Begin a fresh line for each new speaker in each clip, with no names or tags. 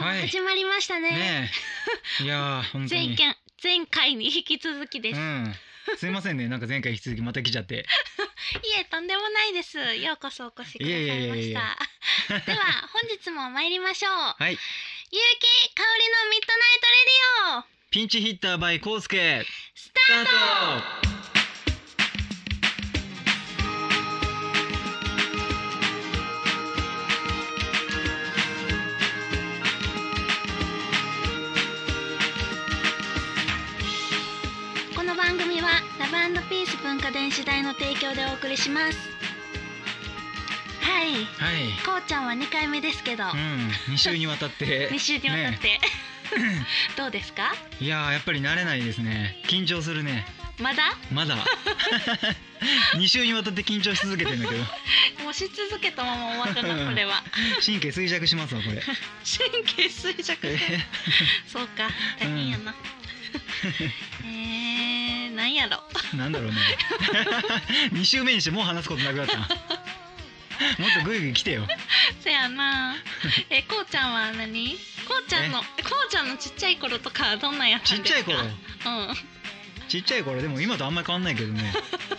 はい、
始まりましたね。
ねえ、いや本当に。
前回に引き続きです。
すいませんね、なんか前回引き続きまた来ちゃって。
いえ、とんでもないです。ようこそお越しくださいました。では本日も参りましょう。
はい。
ゆうきかおりのミッドナイトレディオ。
ピンチヒッター by コウスケ
スタート。この番組はラブ&ピース文化電子台の提供でお送りします。はい、
はい。
こうちゃんは2回目ですけど、
2週にわたって
2週にわたって、ね、どうですか？
いややっぱり慣れないですね。緊張するね。
まだ
2週にわたって緊張し続けてるんだけど
もうし続けたまま終わるなこれは
神経衰弱しますわこれ
神経衰弱そうか、大変やな、なんやろ
なんだろうね2週目にしてもう話すことなくなったもっとグイグイ来てよ
せやなこうちゃんは何？こうちゃんのちっちゃい頃とかどんなんやったんですか？
ちっちゃい頃、ちっちゃい頃でも今とあんまり変わんないけどね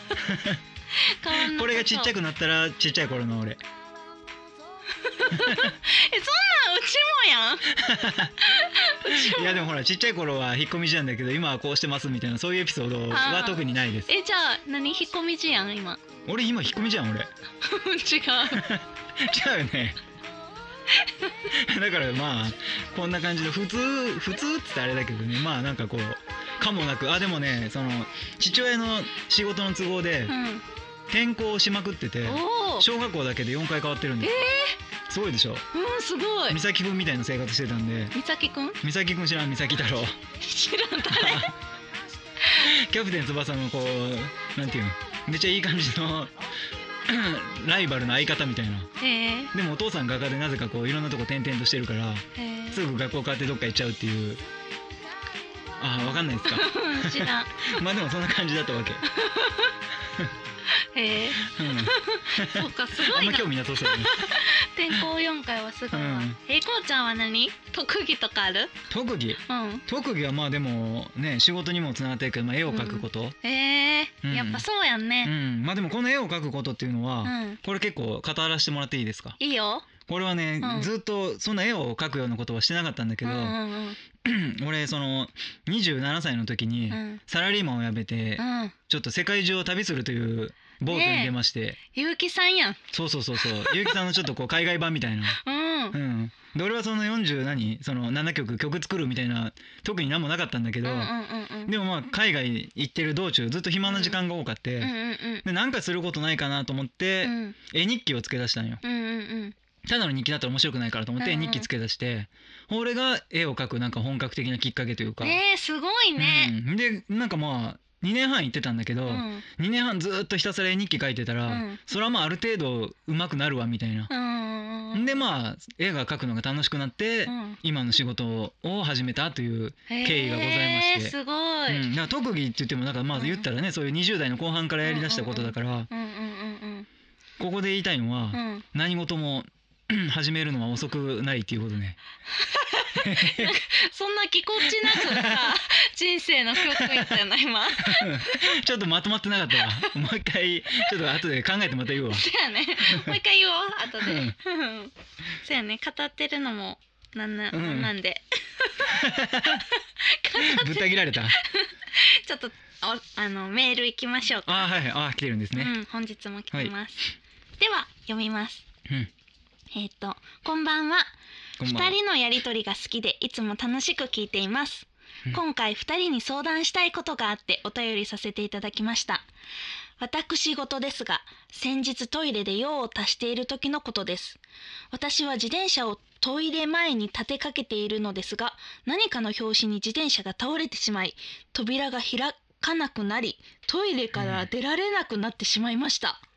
これがちっちゃくなったらちっちゃい頃の俺
そんなんうちもやん
いやでもほらちっちゃい頃は引っ込み思案だけど今はこうしてますみたいなそういうエピソードは特にないです。
じゃあ何引っ込み思案今？
俺今引っ込み思案俺
違う
違うよねだからまあこんな感じで普通って言ったらあれだけどね、まあなんかこうかもなく、でもねその父親の仕事の都合で転校しまくってて、小学校だけで4回変わってるんです。すごいでしょ。
すごい。
美咲くんみたいな生活してたんで。
美咲くん
知らん？美咲太郎
知らん誰
キャプテン翼のこうなんていうの、めっちゃいい感じのライバルの相方みたいな。でもお父さん画家でなぜかこういろんなとこ転々としてるからすぐ学校変わってどっか行っちゃうっていう。わかんないですか
知らん
まあでもそんな感じだったわけ
そうか、すごいな。
あんま興味なさそうだね
転校4回はすごいわ。こうちゃんは何？特技とかある？
特技はまあでもね仕事にもつながってるけど、絵を描くこと、や
っぱそうやんね。
まあでもこの絵を描くことっていうのは、これ結構語らせてもらっていいですか？
いいよ。
これはね、ずっとそんな絵を描くようなことはしてなかったんだけど、俺その27歳の時にサラリーマンを辞めて、ちょっと世界中を旅するというボートに出まして、
ゆうきさんやん。
そうゆうきさんのちょっとこう海外版みたいなで俺はそのその7曲作るみたいな特に何もなかったんだけど、でもまあ海外行ってる道中ずっと暇な時間が多かって、でなんかすることないかなと思って、絵日記をつけ出したんよ。ただの日記だったら面白くないからと思って日記つけ出して、俺が絵を描くなんか本格的なきっかけというか。
すごいね。
でなんかまあ2年半行ってたんだけど、2年半ずっとひたすら絵日記描いてたら、それはまあある程度上手くなるわみたいな。でまあ絵が描くのが楽しくなって、今の仕事を始めたという経緯がございまして、
すごい。
だから特技って言ってもなんかまあ言ったらね、そういう20代の後半からやりだしたことだから、ここで言いたいのは、何事も始めるのは遅くないっていうことね
そんなぎこちなくさ人生の教訓やったよな今
ちょっとまとまってなかったわ。もう一回ちょっと後で考えてまた言うわ。
そうやね、もう一回言おう後でそうやね、語ってるのもなんで
ぶった切られた
ちょっとメール行きましょうか。
はい、来てるんですね。
本日も来てます、では読みます。こんばんは。2人のやりとりが好きでいつも楽しく聞いています。今回2人に相談したいことがあってお便りさせていただきました。私事ですが、先日トイレで用を足している時のことです。私は自転車をトイレ前に立てかけているのですが、何かの拍子に自転車が倒れてしまい、扉が開かなくなり、トイレから出られなくなってしまいました。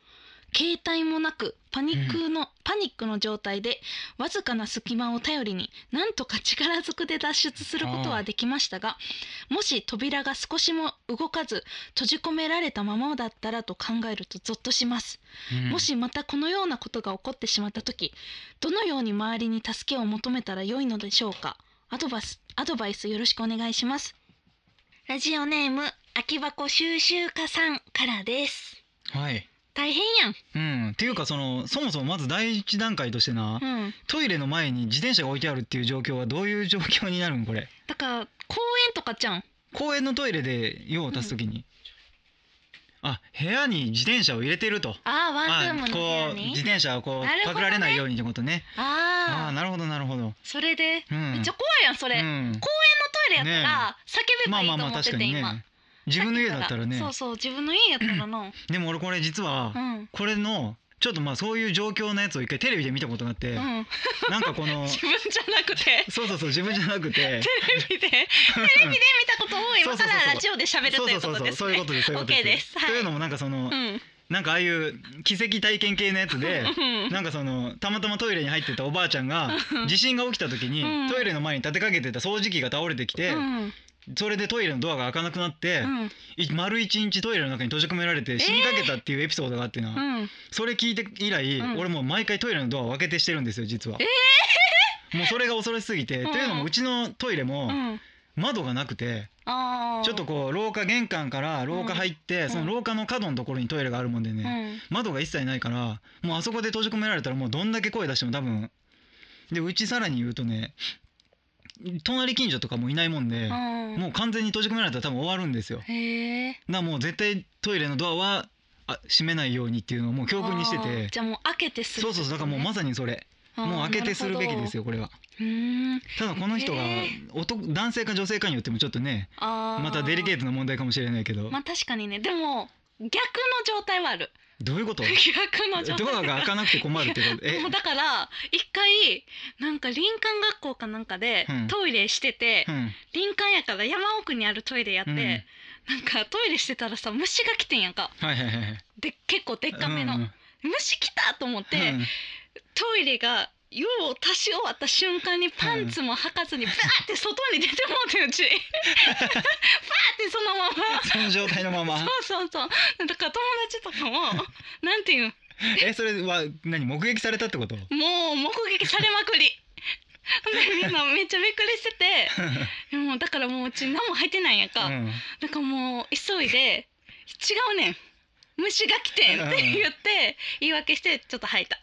携帯もなくパニックの状態でわずかな隙間を頼りになんとか力ずくで脱出することはできましたが、もし扉が少しも動かず閉じ込められたままだったらと考えるとゾッとします、もしまたこのようなことが起こってしまった時、どのように周りに助けを求めたらよいのでしょうか。アドバイスよろしくお願いします。ラジオネーム空き箱収集家さんからです。
はい、
大変や
ん。っていうかそもそもまず第一段階としてな、トイレの前に自転車が置いてあるっていう状況はどういう状況になるんこれ。
だから公園とかじゃん。
公園のトイレで用を足すときに、部屋に自転車を入れてると。
ワンルームの部屋に
自転車をパクられないようにってことね。なるほどなるほど。
それで、めっちゃ怖いやんそれ、公園のトイレやったら叫べばいいと思ってて、今
自分の家だったらね。
そう自分の家やったらな
でも俺これ実は、これのちょっとそういう状況のやつを一回テレビで見たことがあって、なんかこの
自分じゃなくて
そう自分じゃなくてテレ
ビで見たことを今からラジオで喋るということですね。
そういうことです。
OK です。
というのもなんかなんかああいう奇跡体験系のやつでなんかたまたまトイレに入ってたおばあちゃんが地震が起きた時にトイレの前に立てかけてた掃除機が倒れてきて、それでトイレのドアが開かなくなって、丸一日トイレの中に閉じ込められて死にかけたっていうエピソードがあってな、それ聞いて以来、俺もう毎回トイレのドアを開けてしてるんですよ実は。もうそれが恐ろしすぎて、というのもうちのトイレも窓がなくて、ちょっと玄関から廊下入って、その廊下の角のところにトイレがあるもんでね、窓が一切ないから、もうあそこで閉じ込められたらもうどんだけ声出しても多分で、うちさらに言うとね、隣近所とかもいないもんで、もう完全に閉じ込められたら多分終わるんですよ。もう絶対トイレのドアは閉めないようにっていうのをもう教訓にしてて。
じゃあもう開けてする、
そうだからもうまさにそれ、もう開けてするべきですよこれは。ただこの人が男性か女性かによってもちょっとね、またデリケートな問題かもしれないけど、
確かにね。でも逆の状態はある。
どういうこと？
逆の状態。
ドアが開かなくて困るってこと？
もうだから一回なんか林間学校かなんかでトイレしてて、林間やから山奥にあるトイレやって、なんかトイレしてたらさ、虫が来てんやんか。で結構でっかめの、虫来たと思って、トイレが用を足し終わった瞬間にパンツも履かずにバーって外に出てもうて、うちバーってそのまま
その状態のまま
そうだから友達とかもなんていうん
それは目撃されたってこと？
もう目撃されまくりでみんなめっちゃびっくりしててもうだからもううち何も入ってないんやんか、だからもう急いで違うねん、虫が来てんって言って言い訳してちょっと吐いた。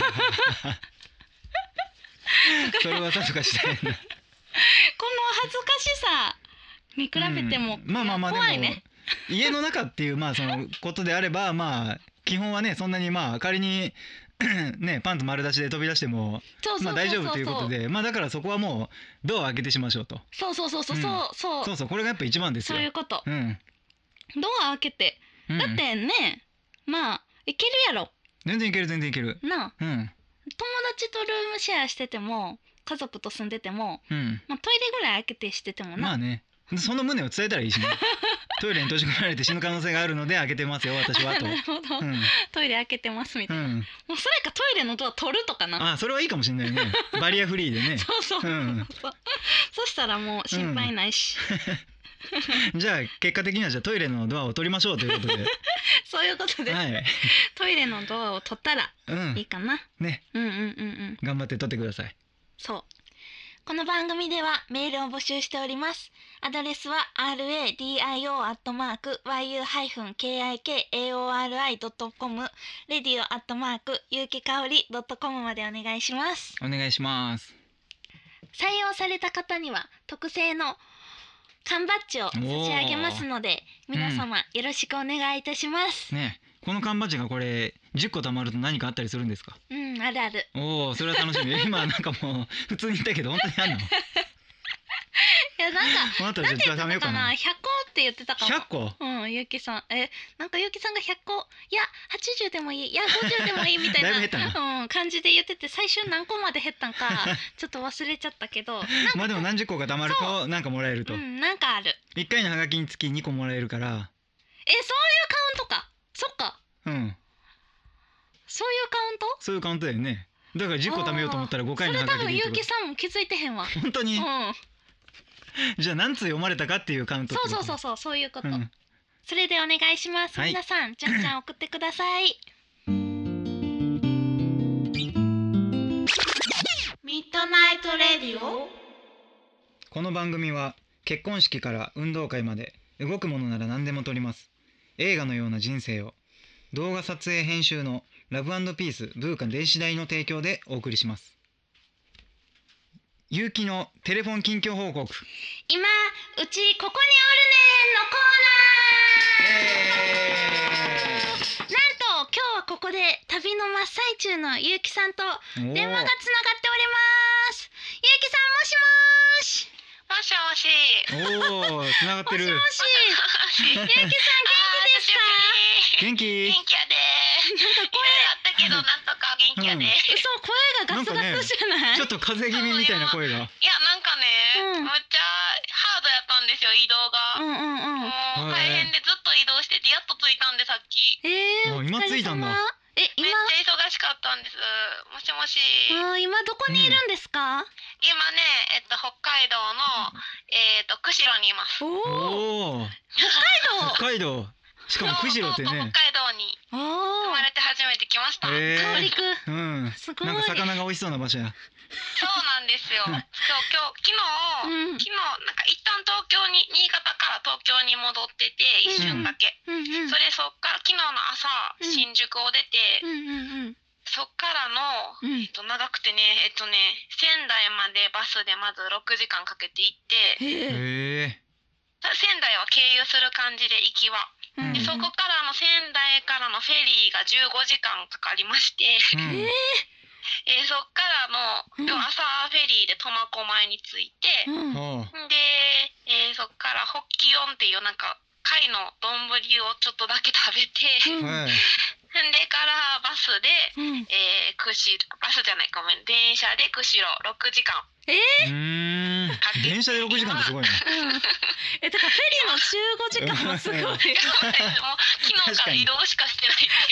それはさすがしたいな。この
恥ずかしさに比べても、怖いね。
でも家の中っていうそのことであれば基本はね、そんなに仮にねパンツ丸出しで飛び出しても大丈夫ということで、だからそこはもうドアを開けてしましょうと。そうこれがやっぱ一番ですよ。
そういうこと、ドア開けて、だってね、いけるやろ。
全然いける
なあ、友達とルームシェアしてても家族と住んでても、トイレぐらい開けてしててもな、
その旨を伝えたらいいしね。トイレに閉じ込められて死ぬ可能性があるので開けてますよ私はと。
なるほど、トイレ開けてますみたいな、もうそれかトイレのドア取るとかな。
それはいいかもしれないね。バリアフリーでね。
そしたらもう心配ないし、
じゃあ結果的にはトイレのドアを取りましょうということで
そういうことです、トイレのドアを取ったらいいかな、
ね、頑張って取ってください。
そう、この番組ではメールを募集しております。アドレスは radio@yu-kikaori.com、 radio@yukikaori.com までお願いします。
お願いします。
採用された方には特製の缶バッジを差し上げますので、皆様よろしくお願いいたします。
この缶バッジがこれ10個貯まると何かあったりするんですか？
あるある。
それは楽しみ。今なんかもう普通に言ったけど本当にあんの？い
やなんかなんて言ってたかな、100個って言ってたかも。
100個？
ゆうきさんなんかゆうきさんが100個、いや80でもいい、いや50でもいいみたいな
だいぶ減ったな、
感じで言ってて、最初何個まで減ったんかちょっと忘れちゃったけど
でも何十個か貯まるとなんかもらえると。
なんかある。
1回のハガキにつき2個もらえるから。
そういうカウントか。そっか。 そういうカウント？
そういうカウントだよね。だから10個貯めようと思ったら5回のハガキでいいってこと。
それ多分結城さんも気づいてへんわ。
本当に、じゃあ何通読まれたかっていうカウントってこと。
そういうこと、それでお願いします、皆さんじゃんじゃん送ってください。ミッドナイトレディオ。
この番組は結婚式から運動会まで動くものなら何でも撮ります。映画のような人生を。動画撮影編集のラブ&ピースブーカ電子台の提供でお送りします。ゆうきのテレフォン近況報告。
今うちここにおるねんのコーナー、なんと今日はここで旅の真っ最中のゆうきさんと電話がつながっております。ゆうきさん、もしもーし。
もしもし。
おー、つながってる。
もしもし。ゆうきさん、元気ですか？
元気？
元気やで。
なんか声
あったけど、なんとか元気やで。
嘘、声がガスガスじゃない？
ちょっと風邪気味みたいな声が。
いや、なんかね、めっちゃハードやったんですよ、移動が。もう大変でずっと移動してて、やっと着いたんで、さっき。
今着いたんだ。
今
めっちゃ忙しかったんです。もしもし。
今どこにいるんですか？
今ね、北海道の釧路にいます。
おお。北海道。しかも釧路ってね。
北海道に生まれて初めて来ました。
香織く
ん。すごい。なんか魚が美味しそうな場所や。
そうなんですよ。昨日なんか一旦新潟から東京に戻ってて、一瞬だけ。そっから昨日の朝新宿を出て、そっからの長くてね、仙台までバスでまず6時間かけて行って、仙台は経由する感じで行きは。でそこから仙台からのフェリーが15時間かかりまして、そっからの朝フェリーで苫小牧に着いて、で、そっからホッキヨンっていうなんか貝の丼をちょっとだけ食べて、でからバスで、バスじゃない、ごめん、電車で釧路6時間。
電車で6時間ってすごいね。
だからフェリーの15時間もすごい。もう
昨日から移動しかしてないっていう。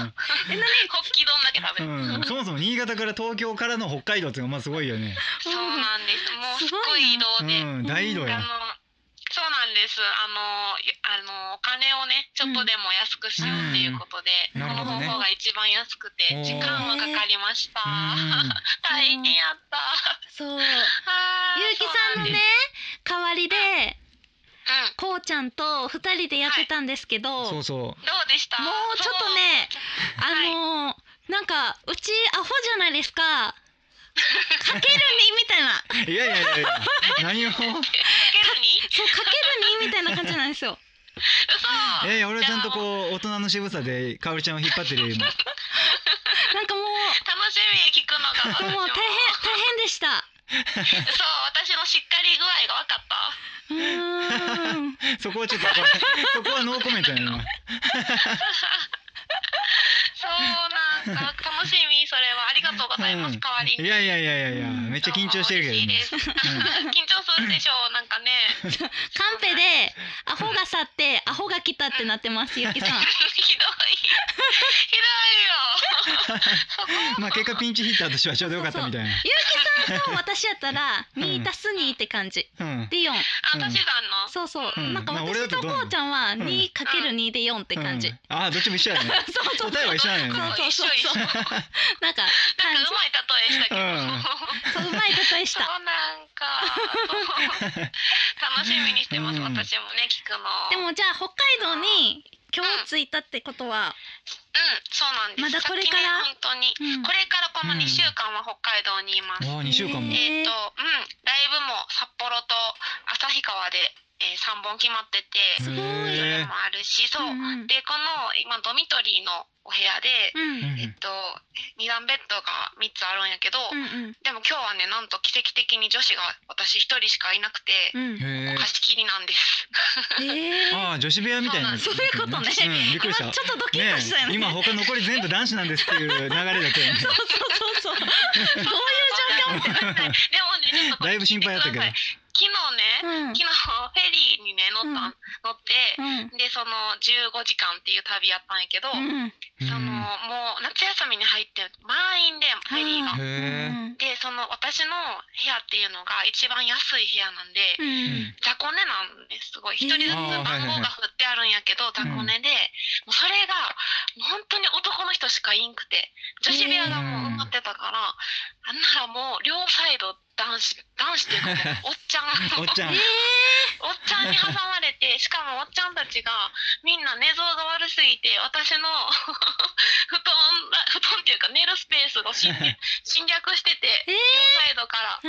ホッキ丼だけ食べる。
そもそも新潟から東京からの北海道っていうのがまあすごいよね。
そうなんです。もうすごい移動で。
大移動や。
そうなんです。お金をね、ちょっとでも安くしようっていうことで、この方法が一番安くて、時間はかかりました。大変やった。
そう。ゆうきさんのね、代わりで、こうちゃんと2人でやってたんですけど、
そうそう。
どうでした？
もうちょっとね、なんかうちアホじゃないですか。かける2みたいな。
いや何を？かける
2？
そうかける2みたいな感じなんですよ。
嘘。
俺はちゃんとこう大人の仕草でかおりちゃんを引っ張ってるよ今。
なんかもう
楽しみに聞くのが。
もう大変でした。
そう、私のしっかり具合が分かった。
そこはちょっとそこはノーコメントやな。
そうなんか楽しみ、それはありがとうございます。代わりに。
いやめっちゃ緊張してるけどね。
緊張するでしょう、なんかね。
カンペでアホが去ってアホが来たってなってます、ゆきさん。
ひどいよ。
まあ結果ピンチヒッターとしてはちょうどよかったみたいな。
ゆうきさんと私やったら2足す2って感じ。で4。
私さんの。
そう。なんか私とこうちゃんは2かける2で4って感じ。
どっちも一緒やね。
そう。
答えは一緒やね。
そう。
なんか
うまい例えしたけど。
そう、うまい例えした。
そうなんか。楽しみにしてます、私もね、聞くの。
でもじゃあ北海道に今日着いたってことは、
そうなんです。
まだこれから、
本当に、これからこの2週間は北海道にいます。
2週間も。
ライブも札幌と旭川で3本決まってて、それもあるし、そう。でこの今ドミトリーのお部屋で、2段ベッドが3つあるんやけど、でも今日はね、なんと奇跡的に女子が私1人しかいなくて、貸し切りなんです。
女子部屋みたいな。
そういうことね。
びっくりした。
ちょっとドキッとしたよね。
今他残り全部男子なんですっていう流れだけどね。
そう。どういう状況？
でもね、ちょっと
だいぶ心配だったけど。
昨日フェリーにね乗って、でその15時間っていう旅やったんやけど、そのもう夏休みに入って満員でフェリーが。でその私の部屋っていうのが一番安い部屋なんで、雑魚寝なんです。すごい一人ずつ番号が振ってあるんやけど雑魚寝で、もうそれが本当に男の人しかいんくて、女子部屋がもう埋まってたから、あんならもう両サイド男子っていうかおっちゃんおっちゃんに挟まれて、しかもおっちゃんたちがみんな寝相が悪すぎて、私の布団っていうか寝るスペースが侵略してて、両サイドから、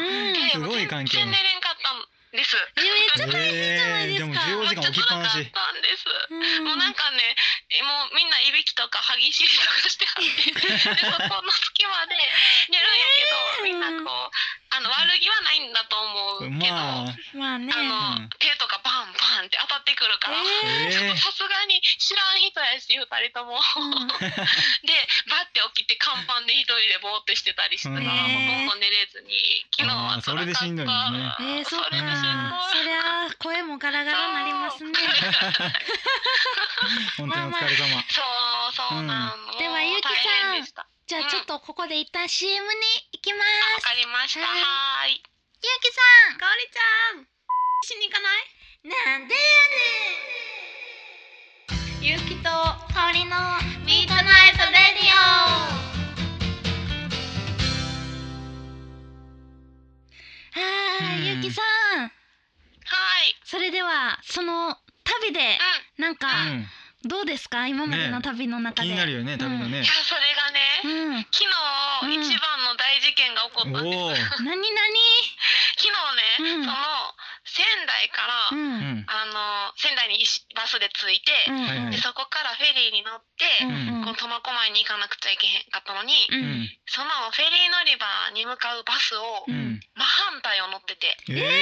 すごい環境。
全然寝れんかったんです。
めっちゃ大変じゃないですか。
でも14時間起きっぱなし。
もうなんかね、もうみんないびきとか歯ぎしりとかしてはってでそこの隙間で寝るんやけど、みんなこう悪気はないんだと思うけど、
まあね、
手とかバンバンって当たってくるから、さすがに知らん人やし2人ともでバッて起きて甲板で一人でぼーっとしてたりしてたら、ほとんど寝れずに昨日は
それでしんどいよね。
それでしんどい。そりゃ声もガラガラになりますね。
本当にお疲れ様。
そうなの。
ではゆきさん、じゃあちょっとここで一旦 CM に行きます。
わかりました。はい。
ゆきさん、
かおりちゃん、しに行かない？
なんでやねん。
ゆきと
かおりの
ミートナイトレディオ。
ゆきさん。
はい。
それではその旅でなんかどうですか、今までの旅の中で。
気になるよね、旅のね。
いやそれがね、昨日一番の大事件が起こったんです。
何？
昨日ね、その仙台から、仙台にバスで着いて、でそこからフェリーに乗って、この苫小牧に行かなくちゃいけへんかったのに、そのフェリー乗り場に向かうバスを、真反対を乗ってて。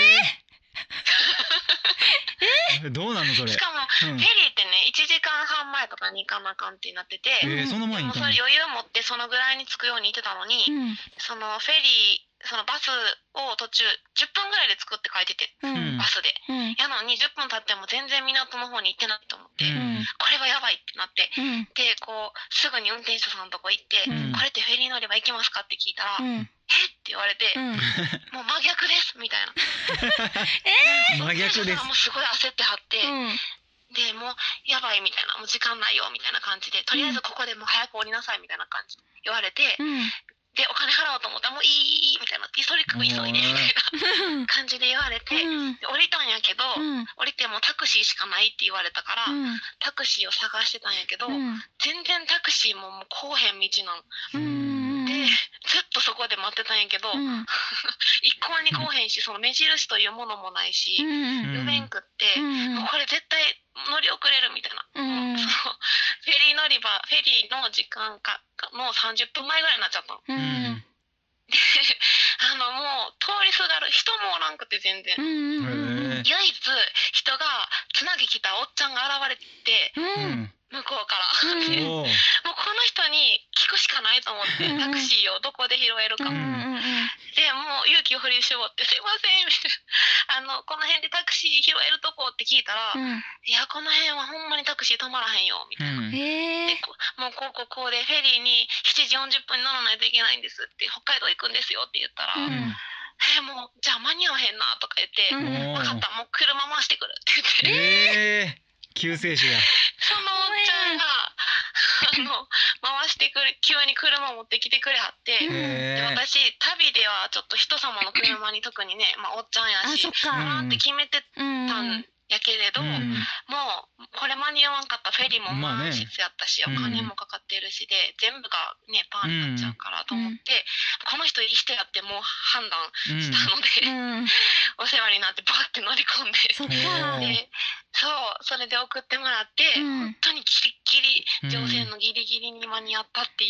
どうなのそれ。
しかも、フェリーってね1時間半前とかに行かなあかんってなってて、
その前に
それ余裕持ってそのぐらいに着くように言ってたのに、そのフェリーそのバスを途中10分ぐらいで着くって書いてて、バスで、やのに10分経っても全然港の方に行ってないと思って、これはやばいってなって、でこうすぐに運転手さんのとこ行って、これってフェリー乗れば行けますかって聞いたら、えって言われて、もう真逆ですみたいな。
真逆です。
もうすごい焦ってはって、でもうやばいみたいな、もう時間ないよみたいな感じで、とりあえずここでもう早く降りなさいみたいな感じ言われて、でお金払おうと思ったらもういいみたいな、急いでみたいな感じで言われて、で降りたんやけど、降りてもタクシーしかないって言われたから、タクシーを探してたんやけど、全然タクシーももう来へん道なの。でずっとそこで待ってたんやけど、一向に来へんし、その目印というものもないし、呼べんくって、もうこれ絶対乗り遅れるみたいな、そのフェリー乗り場、フェリーの時間かの30分前ぐらいになっちゃったの。でもう通りすがる人もおらんくて、全然、唯一人がつなぎ来たおっちゃんが現れて、向こうからもうこの人に聞くしかないと思って、タクシーをどこで拾えるか、でもう勇気を振り絞って「すいません」みたいな「この辺でタクシー拾えるとこ」って聞いたら「いやこの辺はほんまにタクシー止まらへんよ」みたいな。でもうこうでフェリーに7時40分に乗らないといけないんですって、北海道行くんですよって言ったら「もうじゃあ間に合わへんな」とか言って「分かった、もう車回してくる」って言って。
救世主が
そのおっちゃんが回してくれ、急に車持ってきてくれはって、で私旅ではちょっと人様の車に特にね、おっちゃんやしなって決めてたんやけれど、もうこれ間に合わんかったフェリーも満室やったし、お金もかかってるしで、全部がねパーになっちゃうからと思って、この人いい人やってもう判断したので、お世話になってバーって乗り込んで、でそれで送ってもらって、本当にギリギリ乗船のギリギリに間に合ったっていう。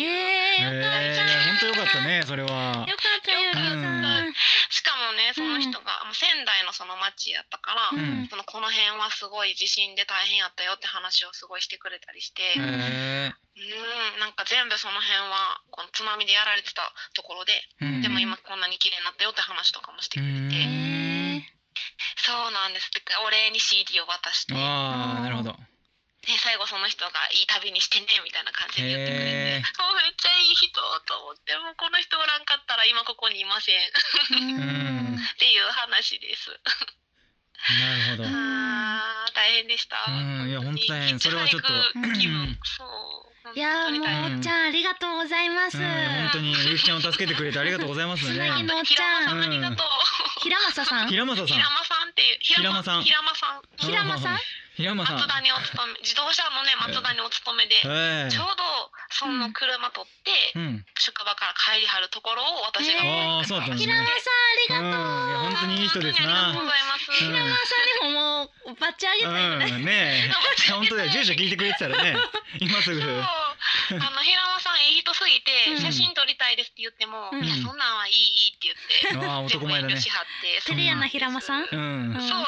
本当よかったね、それは。
よかったよかった。
しかもね、その人が仙台のその町やったから、この辺はすごい地震で大変やったよって話をすごいしてくれたりして、なんか全部その辺はこの津波でやられてたところで、でも今こんなに綺麗になったよって話とかもしてくれて。そうなんです。お礼に CD を渡して、
なるほど。
で最後その人がいい旅にしてねみたいな感じで言ってくれて、 こにいませんっていう話です。
なるほど。
大変でした。
いや本当大変。それはちょっと
そう。
いやもうおっちゃんありがとうございます。
本当にゆきちゃんを助けてくれてありがとうございますね。
つなぎのおっちゃん。
ありがとう。
平正さん。
平正さん。
平間っていう平間さん。
平間さん。
平間さん。
松田にお勤め、自動車のね松田にお勤めで、ちょうどその車取って職場から帰りはるところを私が。
そうだったんですね。
平間さんありがとう。
いや本当にいい人ですな。
ありがとうございます。
平間さんにももうバッチあげたいぐらい。
ねえ。本当だよ。住所聞いてくれてたらね。今すぐ。
平間さんいい人すぎて写真撮りたいですって言っても、いやそんなんはいいって言って。
男前だね。
テレアな平間さん。そう
平間さん。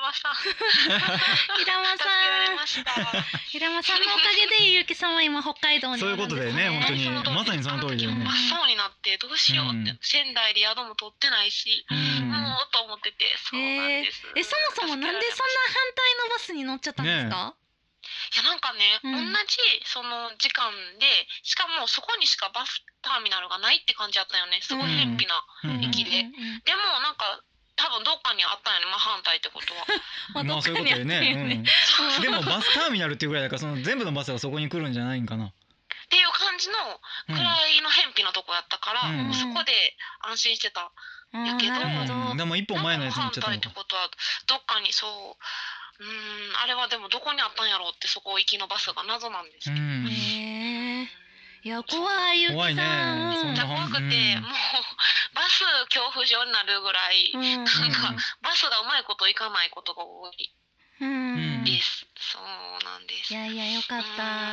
平間さん。平間さんのおかげでゆきさんは今北海道に。
そういうことだよね。本当にまさにその通りだよね。
真っ青になってどうしようって仙台で宿も取ってないし、もうと思ってて。そうなんです。
そもそもなんでそんな反対のバスに乗っちゃったんですか？
いやなんかね、同じその時間でしかもそこにしかバスターミナルがないって感じだったよね。すごい偏僻な駅で。でもなんか多分どっかにあったんやね。真反対ってことは。
まあそういうことよね。でもバスターミナルっていうぐらいだからその全部のバスがそこに来るんじゃないんかな。
っていう感じのくらいの偏僻なとこやったから、そこで安心してたやけど。
でも一本前のやつに行っちゃったのか。
反対ってことはどっかにそう。あれはでもどこにあったんやろうってそこ行きのバスが謎なんですけど。
いや怖いゆきさん。
怖いね。
怖くてもうバス恐怖症になるぐらいなんかバスがうまいこといかないことが多いです。そうなんです。
いやよかった。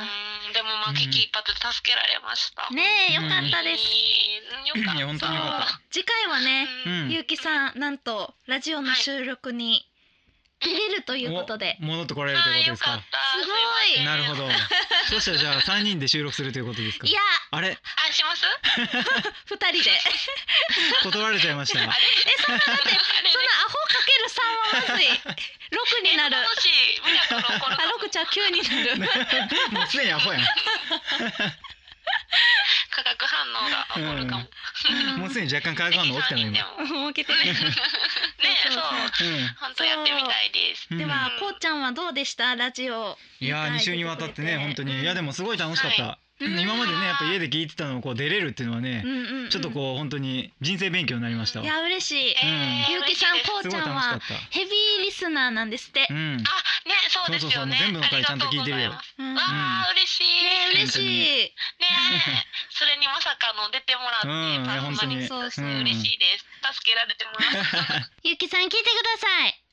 でもまあ危機一髪で助けられました。
ねえよかったです。
いや本当によかった。
次回はねゆきさんなんとラジオの収録に出れるということで
戻ってこられるということですか。
すごい。
なるほど。そしたらじゃあ3人で収録するということですか。
いや
あれ
します
2人で
断られちゃいました。
そんなアホかける3はまずい6になる。6じゃ9になる。
もうすでにアホやん。
化学反応が起こるかも。
もうすでに若干化学反応起きたの
今。起きてる。
そう本当やってみたいです。
ではこうちゃんはどうでしたラジオ。
いや2週にわたってね本当にいやでもすごい楽しかった。今までねやっぱ家で聞いてたのをこう出れるっていうのはねちょっとこう本当に人生勉強になりました。
いや嬉しい。ゆうきさんこうちゃんはヘビーリスナーなんですって。
そうですよね。
全部の回ちゃんと聞いてるよ。
嬉しい。
嬉しい。
それにまさかの出てもらってパーソナリティとして嬉しいです。助けられてもらった。
ゆうきさん聞いてください。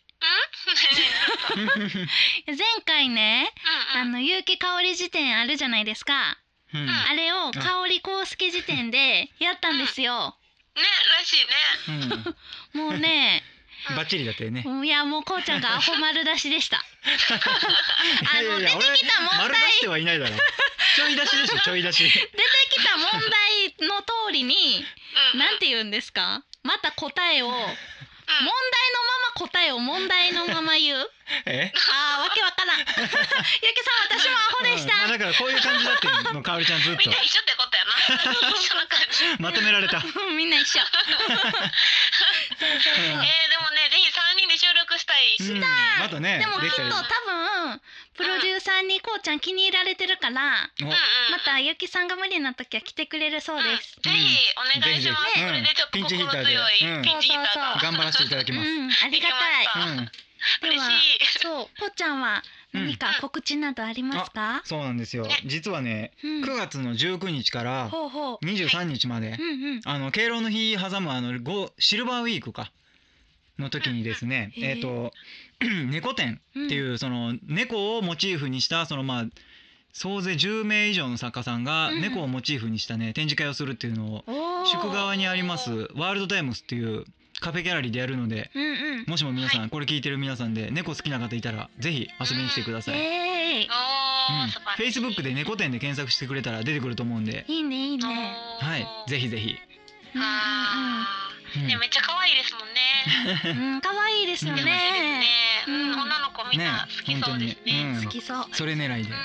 前回ねゆうきかおり辞典あるじゃないですか。あれをかおりこうすけ辞典でやったんですよ。
ねらしいね。
もうね
バッチリだったよね。
いやもうこうちゃんがアホ丸出しでした。出てきた問題
丸出してはいないだろ。ちょい出しでしょちょい出し。出て
きた問題の通りになんて言うんですか。また答えを問題のまま答えを問題のまま言う。わけわからん。ゆきさん私もアホでした。
だからこういう感じだってのかおりちゃんずっと。
みんな一緒ってことやな。一緒な感じ。
まとめられた。
みんな一緒。
でもねぜひ3人で収録したい。
またね。
でもきっと多分プロデューサーにこうちゃん気に入られてるからまたゆきさんが無理な時は来てくれるそうです。
ぜひお願いします。それでちょっと心強いピンチヒッター
頑張らせていただきます。
ありがたい。
嬉しい。
こうちゃんは何か告知などありますか？
そうなんですよ。実はね9月の19日から23日まで敬老の日挟むシルバーウィークかの時にですね猫展っていうその猫をモチーフにしたその総勢10名以上の作家さんが猫をモチーフにしたね展示会をするっていうのを宿川にありますワールドタイムスっていうカフェギャラリーでやるのでもしも皆さんこれ聞いてる皆さんで猫好きな方いたらぜひ遊びに来てください。Facebook で猫展で検索してくれたら出てくると思うんで。
いいねいいね。
はいぜひぜひ。
めっちゃ可愛いですもんね。 ね。
可愛いですよね。
女の子みんな好きそうですね。
好きそう。
それ狙いで。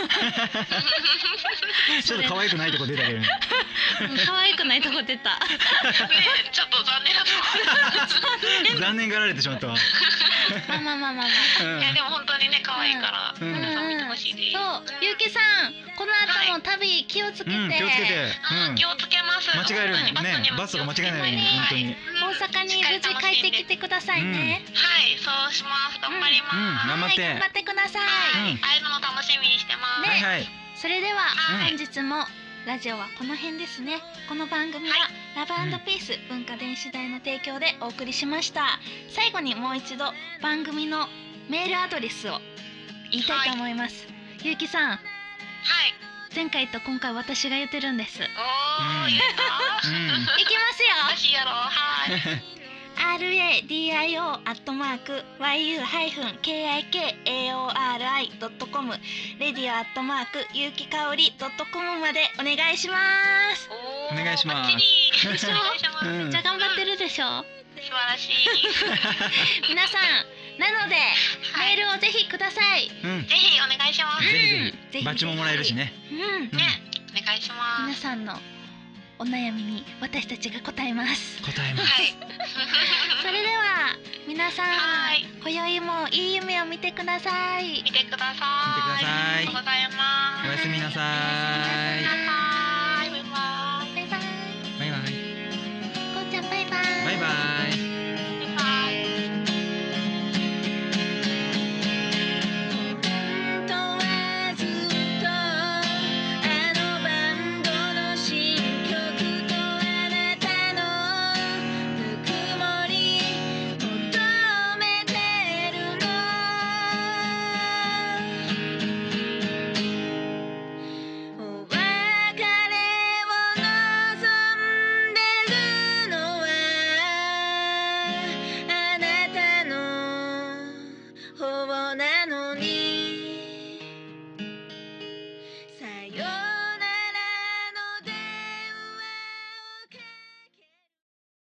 ちょっと可愛くないとこ出たけど。
可愛くないとこ出た。
ね、ちょっと残念なとこ。
残念がられてしまったわ。
まあ。
いやでも本当にね可愛いから皆さん見てほしいです。
そう、ゆうきさん、この後も旅気をつけて。
気をつけて。
気をつけます。
間違えるね、バスとか間違えないように本当に。
大阪に無事帰ってきてくださいね。
はい、そうします。頑張ります。
頑張って。
頑張ってください。
会えるの楽しみにしてます。
はい。
それでは本日もラジオはこの辺ですね。この番組はラブ&ピース文化電子台の提供でお送りしました。最後にもう一度番組のメールアドレスを言いたいと思います。ゆうきさん。はい。前回と今回私が言ってるんです。
おー、言った。
いきますよ。
私やろう。はい。
radio@yu-kikaori.com radio@yukiKaori.com までお願いします。
お願いします。
めっちゃ頑張ってるでしょ。
素晴らしい。
皆さん、なのでメールをぜひください。
ぜひお願いします。
ぜひバッジももらえるしね。
ね、お願いします。
皆さんのお悩みに私たちが答えます。
答えます。
はい。
それでは皆さん、今宵もいい夢を見てください。
見てください。
見てください。
ありがとうございます。
おやすみなさい。